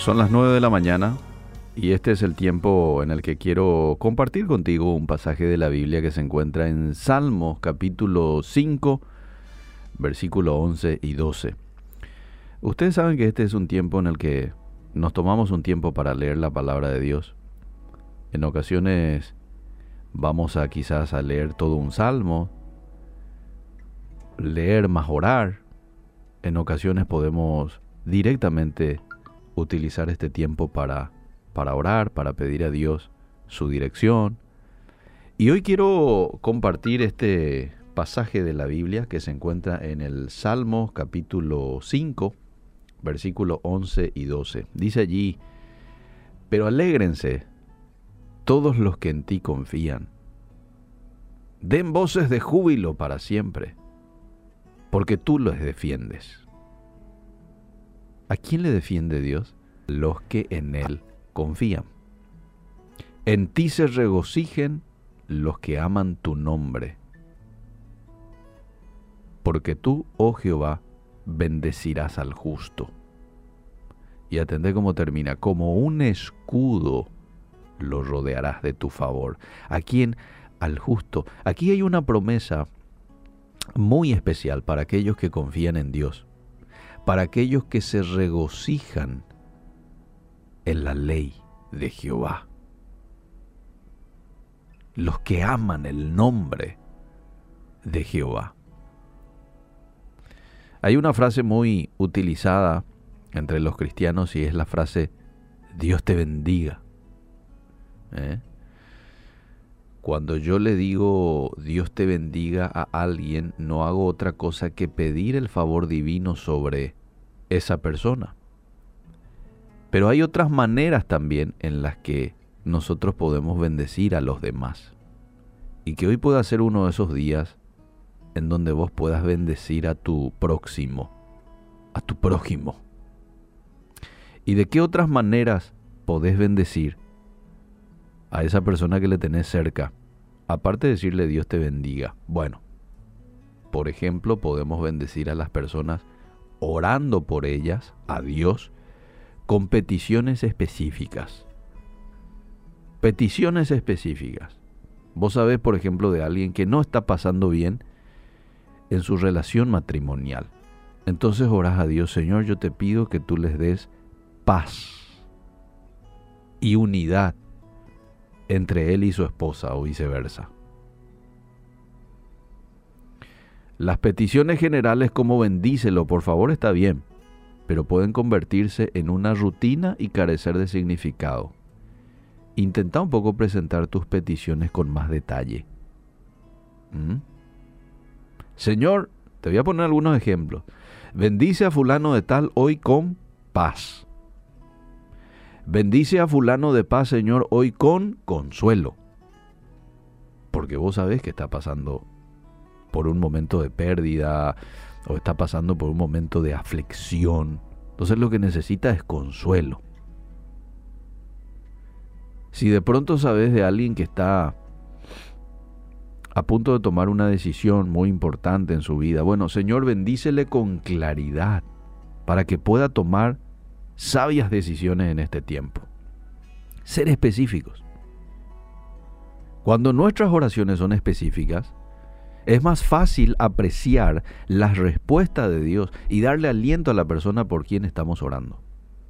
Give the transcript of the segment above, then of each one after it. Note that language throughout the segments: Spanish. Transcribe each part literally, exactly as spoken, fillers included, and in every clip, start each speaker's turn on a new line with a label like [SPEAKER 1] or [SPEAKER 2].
[SPEAKER 1] Son las nueve de la mañana y este es el tiempo en el que quiero compartir contigo un pasaje de la Biblia que se encuentra en Salmos capítulo cinco, versículo once y doce. Ustedes saben que este es un tiempo en el que nos tomamos un tiempo para leer la palabra de Dios. En ocasiones vamos a quizás a leer todo un salmo, leer más orar. En ocasiones podemos directamente utilizar este tiempo para, para orar, para pedir a Dios su dirección. Y hoy quiero compartir este pasaje de la Biblia que se encuentra en el Salmo capítulo cinco, versículos once y doce. Dice allí: pero alégrense todos los que en ti confían. Den voces de júbilo para siempre, porque tú los defiendes. ¿A quién le defiende Dios? Los que en Él confían. En ti se regocijen los que aman tu nombre. Porque tú, oh Jehová, bendecirás al justo. Y atendé cómo termina: como un escudo lo rodearás de tu favor. ¿A quién? Al justo. Aquí hay una promesa muy especial para aquellos que confían en Dios, para aquellos que se regocijan en la ley de Jehová, los que aman el nombre de Jehová. Hay una frase muy utilizada entre los cristianos y es la frase: Dios te bendiga. ¿Eh? Cuando yo le digo Dios te bendiga a alguien, no hago otra cosa que pedir el favor divino sobre esa persona. Pero hay otras maneras también en las que nosotros podemos bendecir a los demás. Y que hoy pueda ser uno de esos días en donde vos puedas bendecir a tu próximo, a tu prójimo. ¿Y de qué otras maneras podés bendecir a esa persona que le tenés cerca? Aparte de decirle Dios te bendiga. Bueno, por ejemplo, podemos bendecir a las personas orando por ellas, a Dios, con peticiones específicas. Peticiones específicas. Vos sabés, por ejemplo, de alguien que no está pasando bien en su relación matrimonial. Entonces orás a Dios: Señor, yo te pido que tú les des paz y unidad entre él y su esposa o viceversa. Las peticiones generales como bendícelo, por favor, está bien, pero pueden convertirse en una rutina y carecer de significado. Intenta un poco presentar tus peticiones con más detalle. ¿Mm? Señor, te voy a poner algunos ejemplos. Bendice a fulano de tal hoy con paz. Bendice a fulano de paz, Señor, hoy con consuelo. Porque vos sabés que está pasando por un momento de pérdida o está pasando por un momento de aflicción. Entonces lo que necesita es consuelo. Si de pronto sabés de alguien que está a punto de tomar una decisión muy importante en su vida, bueno, Señor, bendícele con claridad para que pueda tomar sabias decisiones en este tiempo. Ser específicos. Cuando nuestras oraciones son específicas, es más fácil apreciar las respuestas de Dios y darle aliento a la persona por quien estamos orando.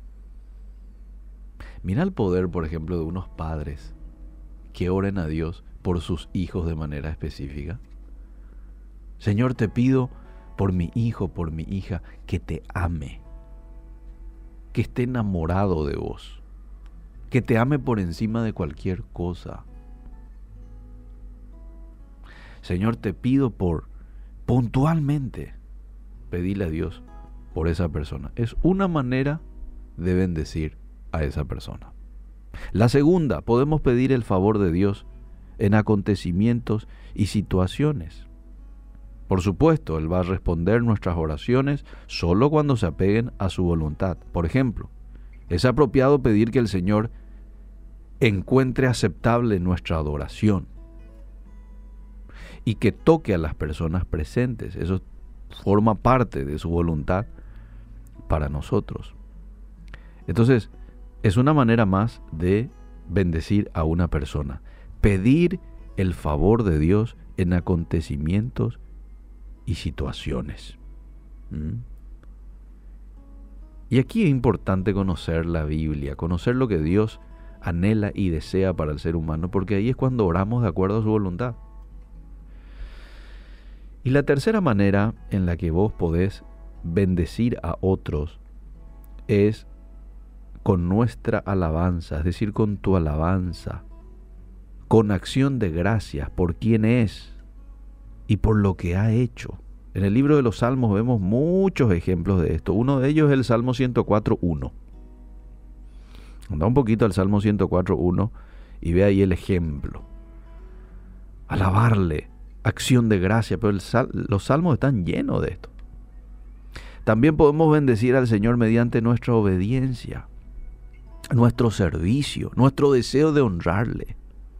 [SPEAKER 1] Mira el poder, por ejemplo, de unos padres que oren a Dios por sus hijos de manera específica. Señor, te pido por mi hijo, por mi hija, que te ame, que esté enamorado de vos, que te ame por encima de cualquier cosa. Señor, te pido por, puntualmente, pedirle a Dios por esa persona. Es una manera de bendecir a esa persona. La segunda, podemos pedir el favor de Dios en acontecimientos y situaciones. Por supuesto, Él va a responder nuestras oraciones solo cuando se apeguen a su voluntad. Por ejemplo, es apropiado pedir que el Señor encuentre aceptable nuestra adoración y que toque a las personas presentes. Eso forma parte de su voluntad para nosotros. Entonces, es una manera más de bendecir a una persona. Pedir el favor de Dios en acontecimientos y situaciones. ¿Mm? Y aquí es importante conocer la Biblia, conocer lo que Dios anhela y desea para el ser humano, porque ahí es cuando oramos de acuerdo a su voluntad. Y la tercera manera en la que vos podés bendecir a otros es con nuestra alabanza, es decir, con tu alabanza, con acción de gracias por quien es y por lo que ha hecho. En el libro de los Salmos vemos muchos ejemplos de esto. Uno de ellos es el Salmo ciento cuatro, uno. Anda un poquito al Salmo ciento cuatro, uno y ve ahí el ejemplo. Alabarle, acción de gracia, pero el sal, los salmos están llenos de esto. También podemos bendecir al Señor mediante nuestra obediencia, nuestro servicio, nuestro deseo de honrarle.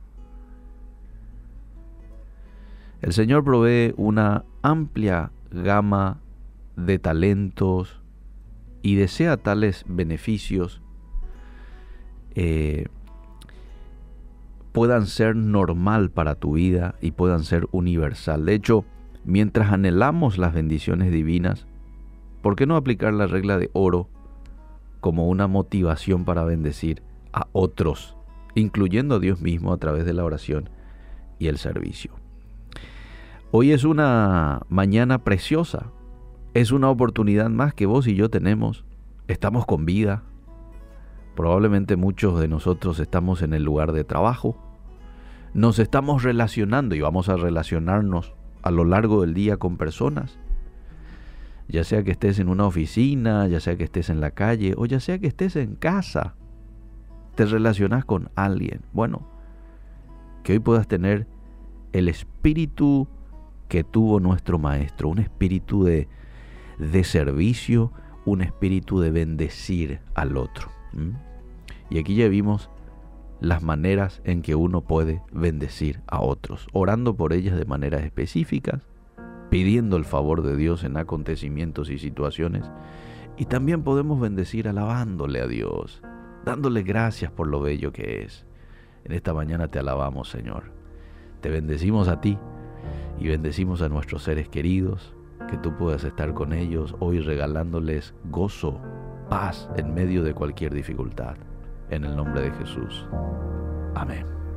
[SPEAKER 1] El Señor provee una amplia gama de talentos y desea tales beneficios eh, puedan ser normal para tu vida y puedan ser universal. De hecho, mientras anhelamos las bendiciones divinas, ¿por qué no aplicar la regla de oro como una motivación para bendecir a otros, incluyendo a Dios mismo a través de la oración y el servicio? Hoy es una mañana preciosa, es una oportunidad más que vos y yo tenemos. Estamos con vida. Probablemente muchos de nosotros estamos en el lugar de trabajo. Nos estamos relacionando y vamos a relacionarnos a lo largo del día con personas. Ya sea que estés en una oficina, ya sea que estés en la calle o ya sea que estés en casa, te relacionas con alguien. Bueno, que hoy puedas tener el espíritu que tuvo nuestro Maestro, un espíritu de, de servicio, un espíritu de bendecir al otro. ¿Mm? Y aquí ya vimos las maneras en que uno puede bendecir a otros, orando por ellas de maneras específicas, pidiendo el favor de Dios en acontecimientos y situaciones, y también podemos bendecir alabándole a Dios, dándole gracias por lo bello que es. En esta mañana te alabamos, Señor. Te bendecimos a ti y bendecimos a nuestros seres queridos, que tú puedas estar con ellos hoy regalándoles gozo, paz en medio de cualquier dificultad. En el nombre de Jesús. Amén.